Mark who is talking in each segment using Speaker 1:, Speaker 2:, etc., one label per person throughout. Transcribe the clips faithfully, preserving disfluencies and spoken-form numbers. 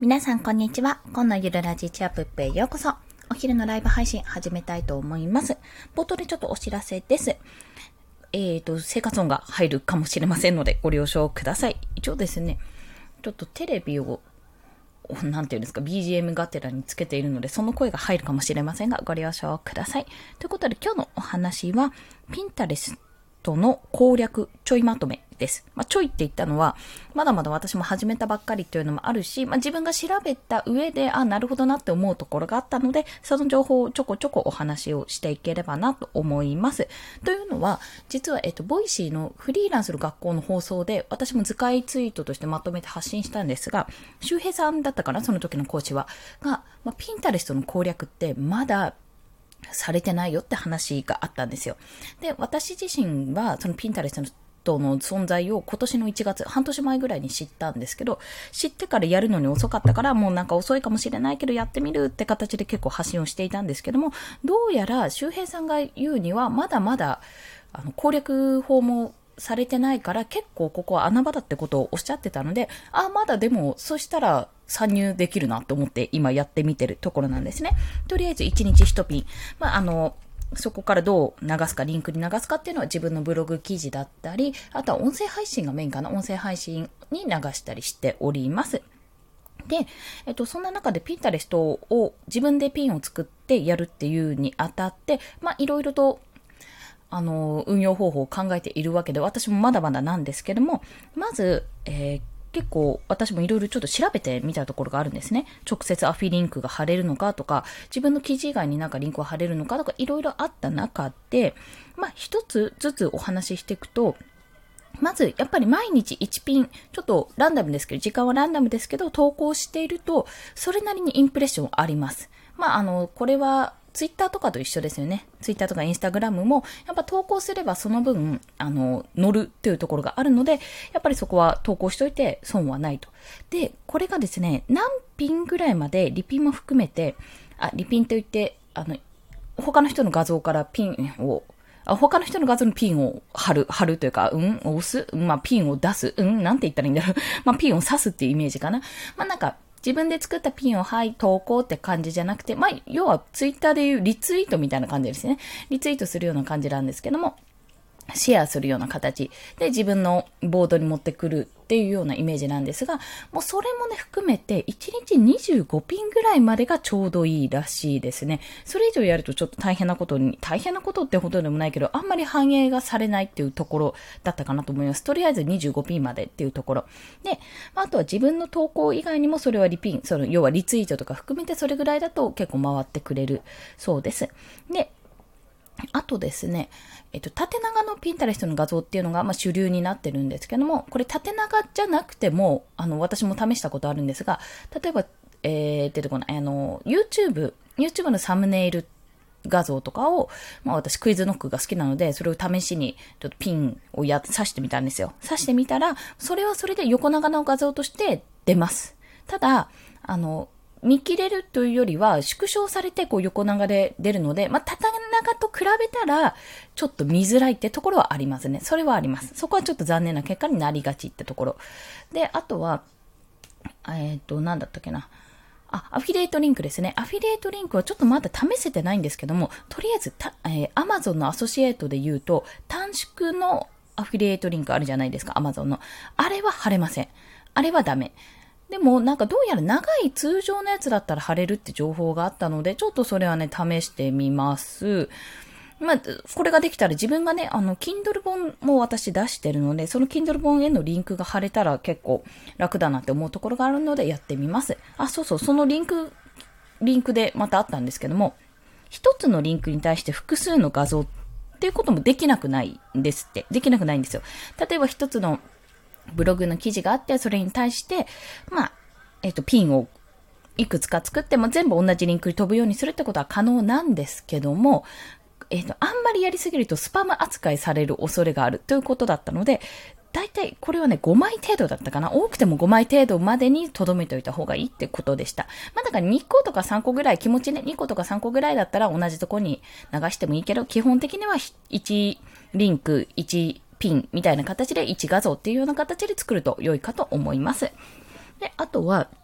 Speaker 1: 皆さんこんにちは。今のゆるラジチアップへようこそ。お昼のライブ配信始めたいと思います。冒頭でちょっとお知らせです。えーと、生活音が入るかもしれませんのでご了承ください。一応ですね、ちょっとテレビを、なんていうんですか、ビージーエム がてらにつけているので、その声が入るかもしれませんが、ご了承ください。ということで今日のお話は、ピンタレストの攻略ちょいまとめです。まあ、ちょいって言ったのは、まだまだ私も始めたばっかりというのもあるし、まあ、自分が調べた上で、あ、なるほどなって思うところがあったので、その情報をちょこちょこお話をしていければなと思います。というのは、実は、えっと、ボイシーのフリーランスの学校の放送で、私も図解ツイートとしてまとめて発信したんですが、周平さんだったかな、その時の講師は、が、まあ、ピンタレストの攻略ってまだ、されてないよって話があったんですよ。で、私自身はそのピンタレストの存在を今年のいちがつ、半年前ぐらいに知ったんですけど、知ってからやるのに遅かったから、もうなんか遅いかもしれないけどやってみるって形で結構発信をしていたんですけども、どうやら周平さんが言うにはまだまだあの攻略法もされてないから結構ここは穴場だってことをおっしゃってたので、あ、まだでもそしたら参入できるなと思って今やってみてるところなんですね。とりあえずいちにちいちピン。まあ、あの、そこからどう流すか、リンクに流すかっていうのは自分のブログ記事だったり、あとは音声配信がメインかな。音声配信に流したりしております。で、えっと、そんな中でピンタレストを自分でピンを作ってやるっていうにあたって、まあ、いろいろとあの、運用方法を考えているわけで、私もまだまだなんですけども、まず、えー結構私もいろいろちょっと調べてみたところがあるんですね。直接アフィリンクが貼れるのかとか、自分の記事以外になんかリンクを貼れるのかとか、いろいろあった中で、まあ一つずつお話ししていくと、まず、やっぱり毎日いちピン、ちょっとランダムですけど、時間はランダムですけど、投稿していると、それなりにインプレッションあります。まあ、あの、これは、ツイッターとかと一緒ですよね。ツイッターとかインスタグラムも、やっぱ投稿すればその分、あの、乗るっていうところがあるので、やっぱりそこは投稿しといて損はないと。で、これがですね、何ピンぐらいまでリピンも含めて、あ、リピンといって、あの、他の人の画像からピンを、他の人の画像にピンを貼る、貼るというか、うん、押す、まあ、ピンを出す、うん、なんて言ったらいいんだろう。まあ、ピンを刺すっていうイメージかな。まあ、なんか、自分で作ったピンを、はい、投稿って感じじゃなくて、まあ、要はツイッターでいうリツイートみたいな感じですね。リツイートするような感じなんですけども、シェアするような形で自分のボードに持ってくるっていうようなイメージなんですが、もうそれもね、含めていちにちにじゅうごピンぐらいまでがちょうどいいらしいですね。それ以上やるとちょっと大変なことに、大変なことってほどでもないけど、あんまり反映がされないっていうところだったかなと思います。とりあえずにじゅうごピンまでっていうところ。で、あとは自分の投稿以外にもそれはリピン、その要はリツイートとか含めてそれぐらいだと結構回ってくれるそうです。で、あとですね、えっと、縦長のピンタレストの画像っていうのが、まあ、主流になってるんですけども、これ縦長じゃなくても、あの、私も試したことあるんですが、例えば、えー、出てこない、あの、YouTube、YouTube のサムネイル画像とかを、まあ私クイズノックが好きなので、それを試しにちょっとピンをや、刺してみたんですよ。刺してみたら、それはそれで横長の画像として出ます。ただ、あの、見切れるというよりは縮小されてこう横長で出るので、まあ、縦長と比べたらちょっと見づらいってところはありますね。それはあります。そこはちょっと残念な結果になりがちってところ。で、あとは、えっと、なんだったっけな。あ、アフィリエイトリンクですね。アフィリエイトリンクはちょっとまだ試せてないんですけども、とりあえずた、えー、Amazon のアソシエイトで言うと、短縮のアフィリエイトリンクあるじゃないですか、Amazon の。あれは貼れません。あれはダメ。でもなんかどうやら長い通常のやつだったら貼れるって情報があったので、ちょっとそれはね、試してみます。まあ、これができたら自分がね、あの、Kindle 本も私出してるので、その Kindle 本へのリンクが貼れたら結構楽だなって思うところがあるのでやってみます。あ、そうそう、そのリンク、リンクでまたあったんですけども、一つのリンクに対して複数の画像っていうこともできなくないんですって。できなくないんですよ。例えば一つのブログの記事があって、それに対して、まあ、えっと、ピンをいくつか作っても全部同じリンクに飛ぶようにするってことは可能なんですけども、えっと、あんまりやりすぎるとスパム扱いされる恐れがあるということだったので、だいたいこれはね、ごまい程度だったかな。多くてもごまい程度までに留めておいた方がいいってことでした。まあだからにことかさんこぐらい、気持ちね、にことかさんこぐらいだったら同じとこに流してもいいけど、基本的にはいちリンク、いちピンみたいな形でいち画像っていうような形で作ると良いかと思います。で、あとは、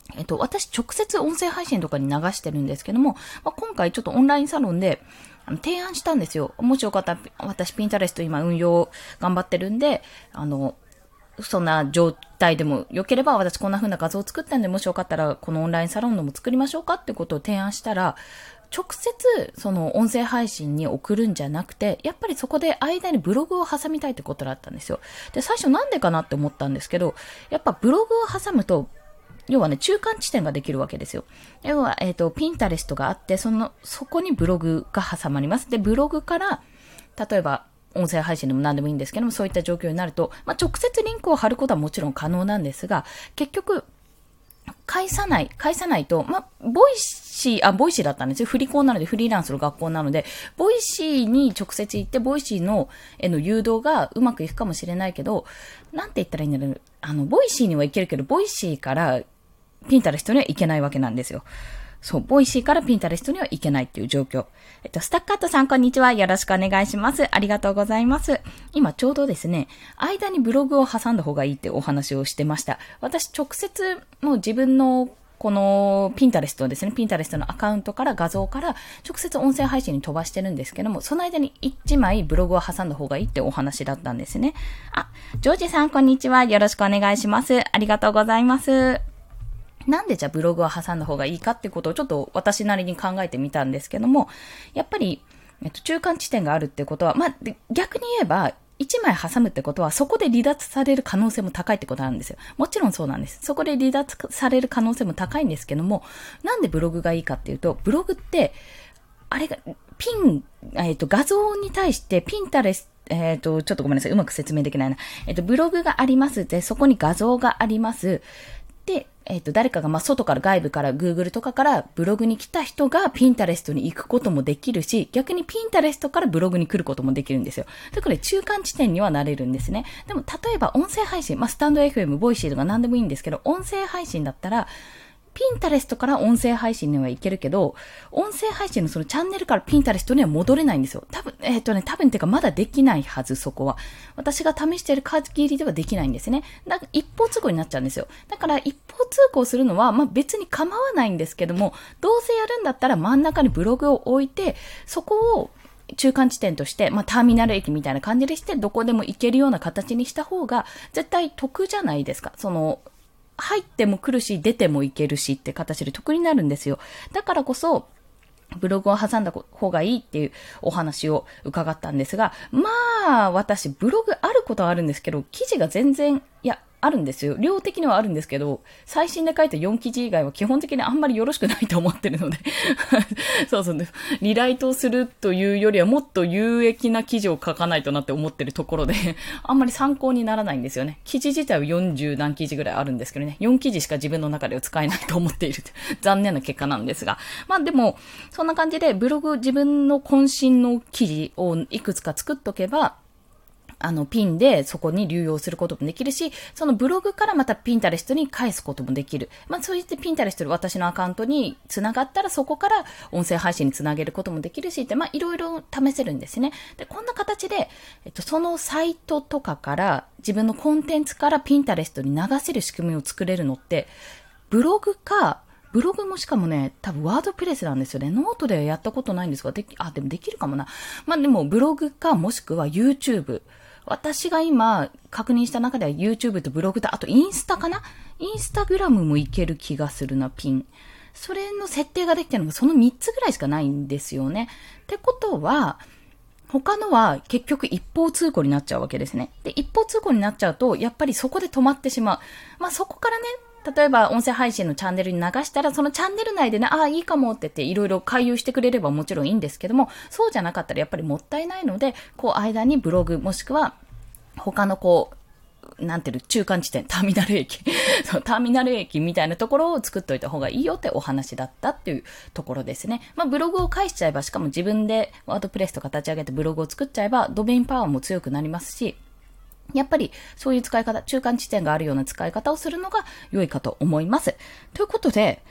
Speaker 1: えっと、私直接音声配信とかに流してるんですけども、まあ、今回ちょっとオンラインサロンであの提案したんですよ。もしよかったら、私ピンタレスト今運用頑張ってるんで、あの、そんな状態でも良ければ私こんな風な画像を作ったんで、もしよかったらこのオンラインサロンのも作りましょうかってことを提案したら、直接その音声配信に送るんじゃなくて、やっぱりそこで間にブログを挟みたいってことだったんですよ。で、最初なんでかなって思ったんですけど、やっぱブログを挟むと、要はね、中間地点ができるわけですよ。要は、えっと、ピンタレストがあって、その、そこにブログが挟まります。で、ブログから、例えば、音声配信でも何でもいいんですけども、そういった状況になると、まあ、直接リンクを貼ることはもちろん可能なんですが、結局、返さない、返さないと、まあ、ボイシー、あ、ボイシーだったんですよ。フリコなので、フリーランスの学校なので、ボイシーに直接行って、ボイシーの、への誘導がうまくいくかもしれないけど、なんて言ったらいいんだろう。あの、ボイシーには行けるけど、ボイシーから、ピンタレストには行けないわけなんですよ。そう、ボイシーからピンタレストには行けないっていう状況。えっと、スタッカートさんこんにちは。よろしくお願いします。ありがとうございます。今ちょうどですね、間にブログを挟んだ方がいいってお話をしてました。私直接もう自分のこのピンタレストですね、ピンタレストのアカウントから画像から直接音声配信に飛ばしてるんですけども、その間にいちまいブログを挟んだ方がいいってお話だったんですね。あ、ジョージさんこんにちは。よろしくお願いします。ありがとうございます。なんでじゃあブログを挟んだ方がいいかっていうことをちょっと私なりに考えてみたんですけども、やっぱり、えっと、中間地点があるってことは、まあ、逆に言えば、一枚挟むってことは、そこで離脱される可能性も高いってことなんですよ。もちろんそうなんです。そこで離脱される可能性も高いんですけども、なんでブログがいいかっていうと、ブログって、あれが、ピン、えっと、画像に対してピンタレスト、えっと、ちょっとごめんなさい。うまく説明できないな。えっと、ブログがあります。で、そこに画像があります。で、えっと、誰かが、まあ、外から外部から Google とかからブログに来た人がピンタレストに行くこともできるし、逆にピンタレストからブログに来ることもできるんですよ。だから中間地点にはなれるんですね。でも、例えば音声配信、まあ、スタンド エフエム、ボイシーとか何でもいいんですけど、音声配信だったら、ピンタレストから音声配信にはいけるけど、音声配信のそのチャンネルからピンタレストには戻れないんですよ。多分、えっとね、多分っていうかまだできないはず、そこは。私が試している限りではできないんですね。だから一方通行になっちゃうんですよ。だから一方通行するのは、まあ別に構わないんですけども、どうせやるんだったら真ん中にブログを置いて、そこを中間地点として、まあターミナル駅みたいな感じでして、どこでも行けるような形にした方が、絶対得じゃないですか。その、入っても来るし、出てもいけるしって形で得になるんですよ。だからこそ、ブログを挟んだ方がいいっていうお話を伺ったんですが、まあ、私、ブログあることはあるんですけど、記事が全然、いや、あるんですよ。量的にはあるんですけど、最新で書いたよん記事以外は基本的にあんまりよろしくないと思ってるのでそうそう、ね、リライトするというよりはもっと有益な記事を書かないとなって思ってるところであんまり参考にならないんですよね。記事自体はよんじゅう何記事ぐらいあるんですけどね、よん記事しか自分の中では使えないと思っている残念な結果なんですが、まあでもそんな感じでブログ、自分の渾身の記事をいくつか作っとけば、あの、ピンでそこに流用することもできるし、そのブログからまたピンタレストに返すこともできる。まあ、そういってピンタレストで私のアカウントに繋がったらそこから音声配信に繋げることもできるしって、まあ、いろいろ試せるんですね。で、こんな形で、えっと、そのサイトとかから自分のコンテンツからピンタレストに流せる仕組みを作れるのって、ブログか、ブログもしかもね、多分ワードプレスなんですよね。ノートではやったことないんですが、でき、あ、でもできるかもな。まあ、でもブログかもしくは YouTube。私が今確認した中では YouTube とブログと、あとインスタかな？インスタグラムもいける気がするな、ピン。それの設定ができてるのがそのみっつぐらいしかないんですよね。ってことは、他のは結局一方通行になっちゃうわけですね。で、一方通行になっちゃうと、やっぱりそこで止まってしまう。まあそこからね、例えば音声配信のチャンネルに流したら、そのチャンネル内でね、ああ、いいかもって言っていろいろ回遊してくれればもちろんいいんですけども、そうじゃなかったらやっぱりもったいないので、こう間にブログもしくは他のこう、なんていう中間地点、ターミナル駅そう、ターミナル駅みたいなところを作っといた方がいいよってお話だったっていうところですね。まあブログを返しちゃえば、しかも自分でワードプレスとか立ち上げてブログを作っちゃえば、ドメインパワーも強くなりますし、やっぱりそういう使い方、中間地点があるような使い方をするのが良いかと思います。ということで、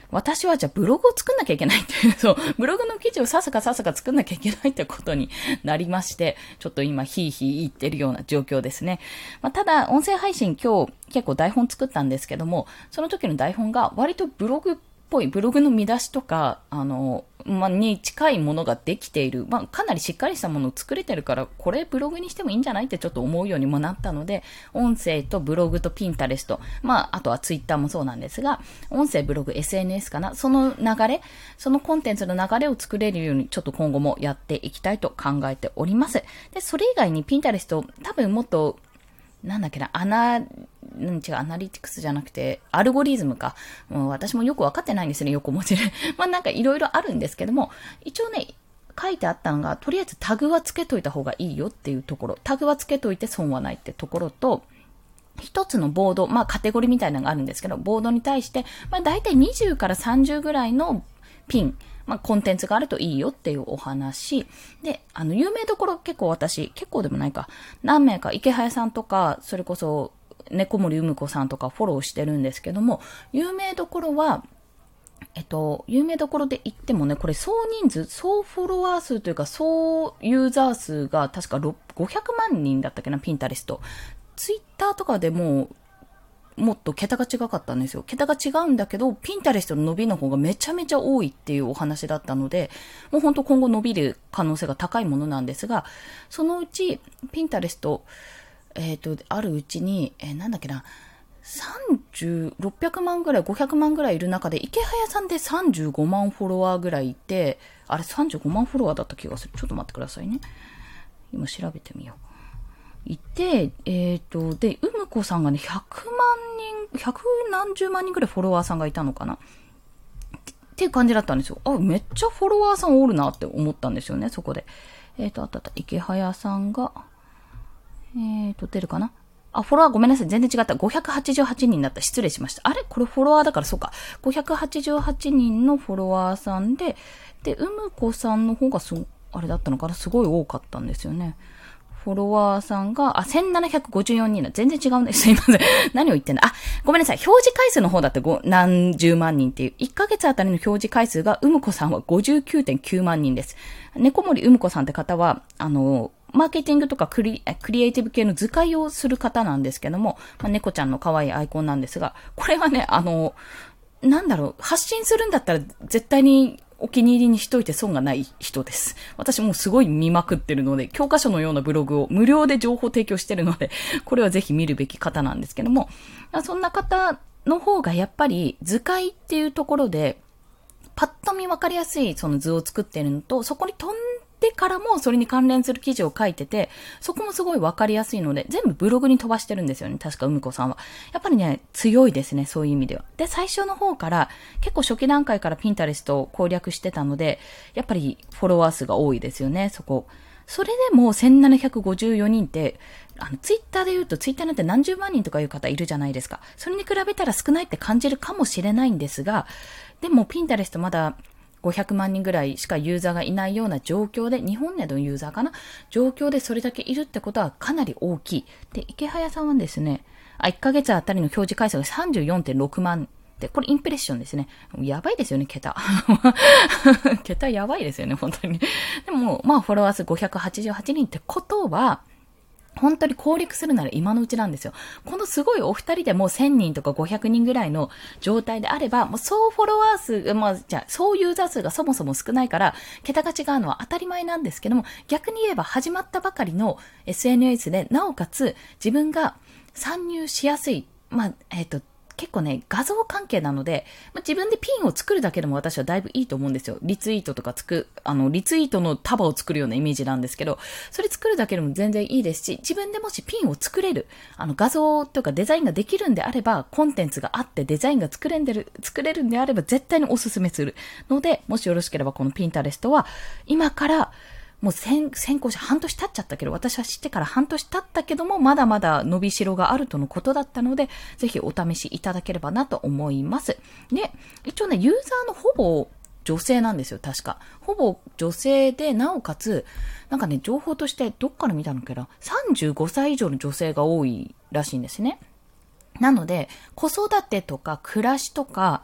Speaker 1: 私はじゃあブログを作んなきゃいけないっていう、そう、ブログの記事をささかささか作んなきゃいけないってことになりまして、ちょっと今ヒーヒー言ってるような状況ですね。まあ、ただ、音声配信今日結構台本作ったんですけども、その時の台本が割とブログっぽい、ブログの見出しとか、あの、まあ、に近いものができている、まあ、かなりしっかりしたものを作れてるから、これブログにしてもいいんじゃないってちょっと思うようにもなったので、音声とブログとピンタレスト、まあ、あとはツイッターもそうなんですが、音声、ブログ、エスエヌエス かな、その流れ、そのコンテンツの流れを作れるように、ちょっと今後もやっていきたいと考えております。で、それ以外にピンタレスト、多分もっと、なんだっけな、アナ、うん違う、アナリティクスじゃなくて、アルゴリズムか。もう私もよくわかってないんですね、横文字で。まあなんかいろいろあるんですけども、一応ね、書いてあったのが、とりあえずタグはつけといた方がいいよっていうところ。タグはつけといて損はないってところと、一つのボード、まあカテゴリーみたいなのがあるんですけど、ボードに対して、まあ大体にじゅうからさんじゅうぐらいのピン、まあ、コンテンツがあるといいよっていうお話。で、あの、有名どころ結構私、結構でもないか、何名か、池早さんとか、それこそ、猫森うむこさんとかフォローしてるんですけども、有名どころは、えっと、有名どころで言ってもね、これ総人数、総フォロワー数というか、総ユーザー数が確かごひゃくまんにんだったっけな、ピンタレスト。ツイッターとかでも、もっと桁が違かったんですよ。桁が違うんだけど、ピンタレストの伸びの方がめちゃめちゃ多いっていうお話だったので、もう本当今後伸びる可能性が高いものなんですが、そのうち、ピンタレスト、えっと、あるうちに、えー、なんだっけな、さんじゅう、ろっぴゃくまんぐらい、ごひゃくまんぐらいいる中で、池早さんでさんじゅうごまんフォロワーぐらいいて、あれさんじゅうごまんフォロワーだった気がする。ちょっと待ってくださいね。今調べてみよう。いて、えっと、で、うむこさんがね、ひゃくまんにん、百何十万人ぐらいフォロワーさんがいたのかなっていう感じだったんですよ。あ、めっちゃフォロワーさんおるなって思ったんですよね、そこで。えっと、あったあった、池早さんが、えっと、出るかなあ、フォロワーごめんなさい。全然違った。ごひゃくはちじゅうはちにんだった。失礼しました。あれこれフォロワーだからそうか。ごひゃくはちじゅうはちにんのフォロワーさんで、で、うむこさんの方がす、あれだったのかなすごい多かったんですよね。フォロワーさんが、あ、せんななひゃくごじゅうよにんだ。全然違うんです。すいません。何を言ってんだ。あ、ごめんなさい。表示回数の方だってご何十万人っていう。いっかげつあたりの表示回数が、うむこさんは ごじゅうきゅうてんきゅうまんにんです。猫森うむこさんって方は、あの、マーケティングとかクリ、クリエイティブ系の図解をする方なんですけども、まあ、猫ちゃんの可愛いアイコンなんですが、これはね、あの、なんだろう、発信するんだったら絶対にお気に入りにしといて損がない人です。私もうすごい見まくってるので、教科書のようなブログを無料で情報提供してるので、これはぜひ見るべき方なんですけども、そんな方の方がやっぱり図解っていうところで、パッと見わかりやすいその図を作っているのと、そこに飛んでからもそれに関連する記事を書いてて、そこもすごいわかりやすいので、全部ブログに飛ばしてるんですよね。確か、うむこさんは。やっぱりね、強いですね。そういう意味では。で、最初の方から、結構初期段階からピンタレストを攻略してたので、やっぱりフォロワー数が多いですよね、そこ。それでもせんななひゃくごじゅうよにんって、あの、ツイッターで言うと、ツイッターなんて何十万人とかいう方いるじゃないですか。それに比べたら少ないって感じるかもしれないんですが、でもピンタレストまだ、ごひゃくまんにんぐらいしかユーザーがいないような状況で、日本でのユーザーかな状況でそれだけいるってことはかなり大きい。で、池早さんはですね、あ、いっかげつあたりの表示回数が さんじゅうよんてんろくまん。で、これインプレッションですね。やばいですよね、桁。桁やばいですよね、本当に。でも、まあ、フォロワー数ごひゃくはちじゅうはちにんってことは、本当に攻略するなら今のうちなんですよ。このすごいお二人でもせんにんとかごひゃくにんぐらいの状態であれば、もう総フォロワー数、まあ、じゃあ、総ユーザー数がそもそも少ないから、桁が違うのは当たり前なんですけども、逆に言えば始まったばかりの エスエヌエス で、なおかつ自分が参入しやすい、まあ、えっと、結構ね、画像関係なので、まあ、自分でピンを作るだけでも私はだいぶいいと思うんですよ。リツイートとかつく、あの、リツイートの束を作るようなイメージなんですけど、それ作るだけでも全然いいですし、自分でもしピンを作れる、あの、画像とかデザインができるんであれば、コンテンツがあってデザインが作れんでる、作れるんであれば絶対におすすめするので、もしよろしければこのピンタレストは、今から、もう先、先行者半年経っちゃったけど、私は知ってから半年経ったけども、まだまだ伸びしろがあるとのことだったので、ぜひお試しいただければなと思います。で、一応ね、ユーザーのほぼ女性なんですよ、確か。ほぼ女性で、なおかつ、なんかね、情報としてどっから見たのかな、さんじゅうごさい以上の女性が多いらしいんですね。なので、子育てとか暮らしとか、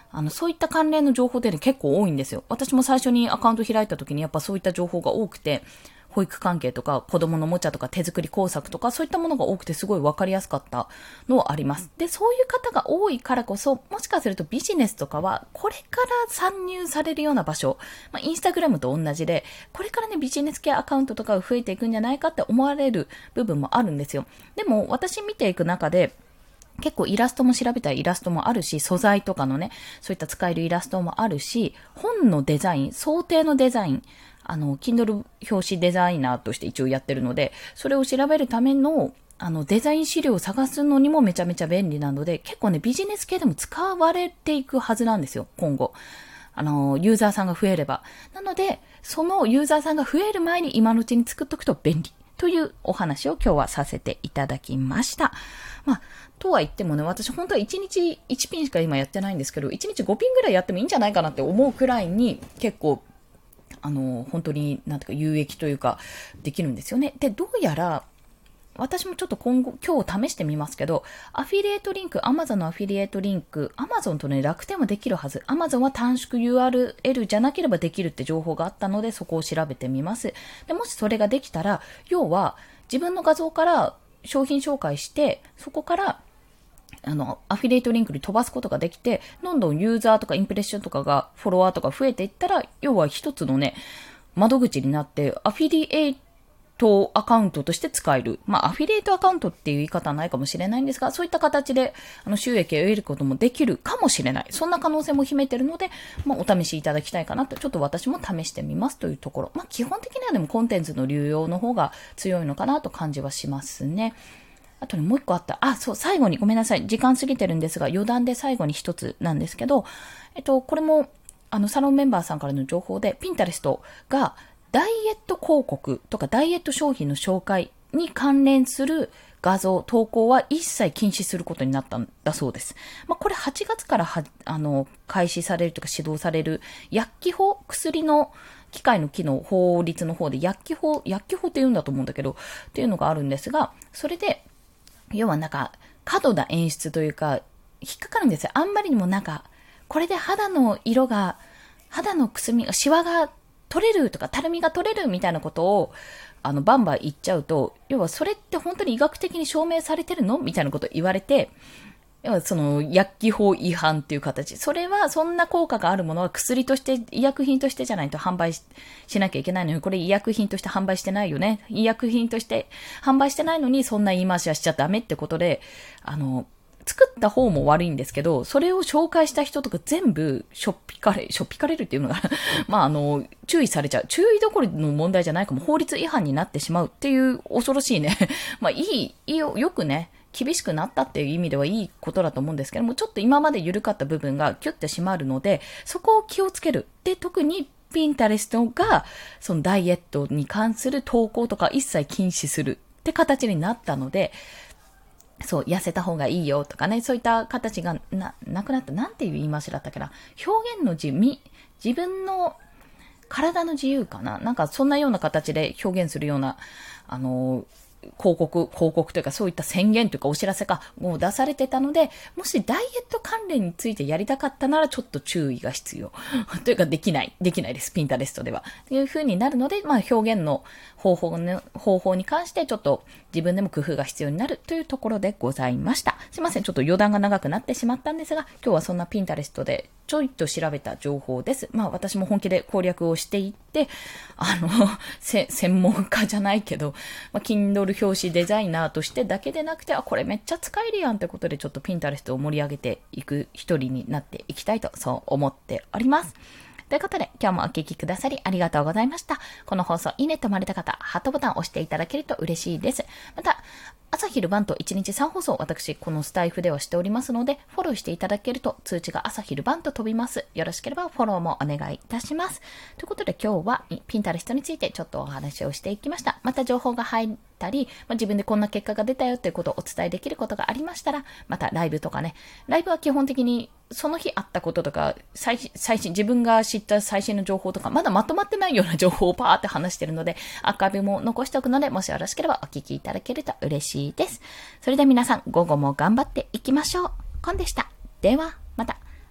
Speaker 1: あの、そういった関連の情報って、ね、結構多いんですよ。私も最初にアカウント開いた時にやっぱそういった情報が多くて、保育関係とか子供のおもちゃとか手作り工作とかそういったものが多くてすごい分かりやすかったのはあります。で、そういう方が多いからこそ、もしかするとビジネスとかはこれから参入されるような場所、まあ、インスタグラムと同じで、これからね、ビジネス系アカウントとかが増えていくんじゃないかって思われる部分もあるんですよ。でも私見ていく中で、結構イラストも調べたイラストもあるし、素材とかのね、そういった使えるイラストもあるし、本のデザイン、想定のデザイン、あの、Kindle 表紙デザイナーとして一応やってるので、それを調べるための、あの、デザイン資料を探すのにもめちゃめちゃ便利なので、結構ね、ビジネス系でも使われていくはずなんですよ、今後。あの、ユーザーさんが増えれば。なので、そのユーザーさんが増える前に今のうちに作っとくと便利。というお話を今日はさせていただきました。まあ、とは言ってもね、私本当はいちにちいちピンしか今やってないんですけど、いちにちごピンぐらいやってもいいんじゃないかなって思うくらいに結構、あの、本当になんていうか有益というかできるんですよね。で、どうやら、私もちょっと今後、今日試してみますけど、アフィリエイトリンク、Amazon のアフィリエイトリンク、Amazon とね、楽天もできるはず。Amazon は短縮 ユーアールエル じゃなければできるって情報があったので、そこを調べてみます。で、もしそれができたら、要は、自分の画像から商品紹介して、そこから、あの、アフィリエイトリンクに飛ばすことができて、どんどんユーザーとかインプレッションとかが、フォロワーとか増えていったら、要は一つのね、窓口になって、アフィリエイトアカウントとして使える。まあ、アフィリエイトアカウントっていう言い方はないかもしれないんですが、そういった形で、あの、収益を得ることもできるかもしれない。そんな可能性も秘めてるので、まあ、お試しいただきたいかなと、ちょっと私も試してみますというところ。まあ、基本的にはでもコンテンツの流用の方が強いのかなと感じはしますね。あとね、もう一個あった。あ、そう、最後にごめんなさい。時間過ぎてるんですが、余談で最後に一つなんですけど、えっと、これも、あの、サロンメンバーさんからの情報で、ピンタレストが、ダイエット広告とかダイエット商品の紹介に関連する画像、投稿は一切禁止することになったんだそうです。まあ、これはちがつからは、あの、開始されるとか指導される薬機法、薬の機械の機能、法律の方で薬機法、薬機法って言うんだと思うんだけど、っていうのがあるんですが、それで、要はなんか、過度な演出というか、引っかかるんですよ。あんまりにもなんか、これで肌の色が、肌のくすみが、シワが取れるとか、たるみが取れるみたいなことを、あの、バンバン言っちゃうと、要はそれって本当に医学的に証明されてるのみたいなことを言われて、要はその薬機法違反っていう形。それはそんな効果があるものは薬として、医薬品としてじゃないと販売 し, しなきゃいけないのに、これ医薬品として販売してないよね。医薬品として販売してないのにそんな言い回しはしちゃダメってことで、あの、作った方も悪いんですけど、それを紹介した人とか全部しょっぴかれ、しょっぴかれるっていうのが、まああの、注意されちゃう。注意どころの問題じゃないかも、法律違反になってしまうっていう恐ろしいね。まあいい、いいよ、よくね、厳しくなったっていう意味ではいいことだと思うんですけども、ちょっと今まで緩かった部分がキュッて締まるので、そこを気をつける。で、特にピンタレストが、そのダイエットに関する投稿とか一切禁止するって形になったので、そう、痩せた方がいいよとかね、そういった形がな、なくなった。なんていう言い回しだったっけな。表現の自味、自分の体の自由かな。なんかそんなような形で表現するような、あの、広告、広告というかそういった宣言というかお知らせがもう出されてたので、もしダイエット関連についてやりたかったならちょっと注意が必要。というかできない。できないです。ピンタレストでは。っていう風になるので、まあ表現の方法の、方法に関してちょっと自分でも工夫が必要になるというところでございました。すいません。ちょっと余談が長くなってしまったんですが、今日はそんなピンタレストでちょいと調べた情報です。まあ私も本気で攻略をしていって、あの、せ専門家じゃないけど、まあ、Kindle 表紙デザイナーとしてだけでなくて、あ、これめっちゃ使えるやんってことでちょっとピンタレストを盛り上げていく一人になっていきたいとそう思っております。ということで、今日もお聞きくださりありがとうございました。この放送いいねと思われた方、ハートボタンを押していただけると嬉しいです。また、朝昼晩といちにちさん放送、私、このスタイフではしておりますので、フォローしていただけると通知が朝昼晩と飛びます。よろしければフォローもお願いいたします。ということで今日はピンタレストについてちょっとお話をしていきました。また情報が入ったり、まあ、自分でこんな結果が出たよということをお伝えできることがありましたら、またライブとかね、ライブは基本的にその日あったこととか、最新、最新、自分が知った最新の情報とか、まだまとまってないような情報をパーって話してるので、アーカイブも残しておくので、もしよろしければお聞きいただけると嬉しいです。それでは皆さん、午後も頑張っていきましょう。コンでした。では、また。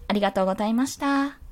Speaker 1: ありがとうございました。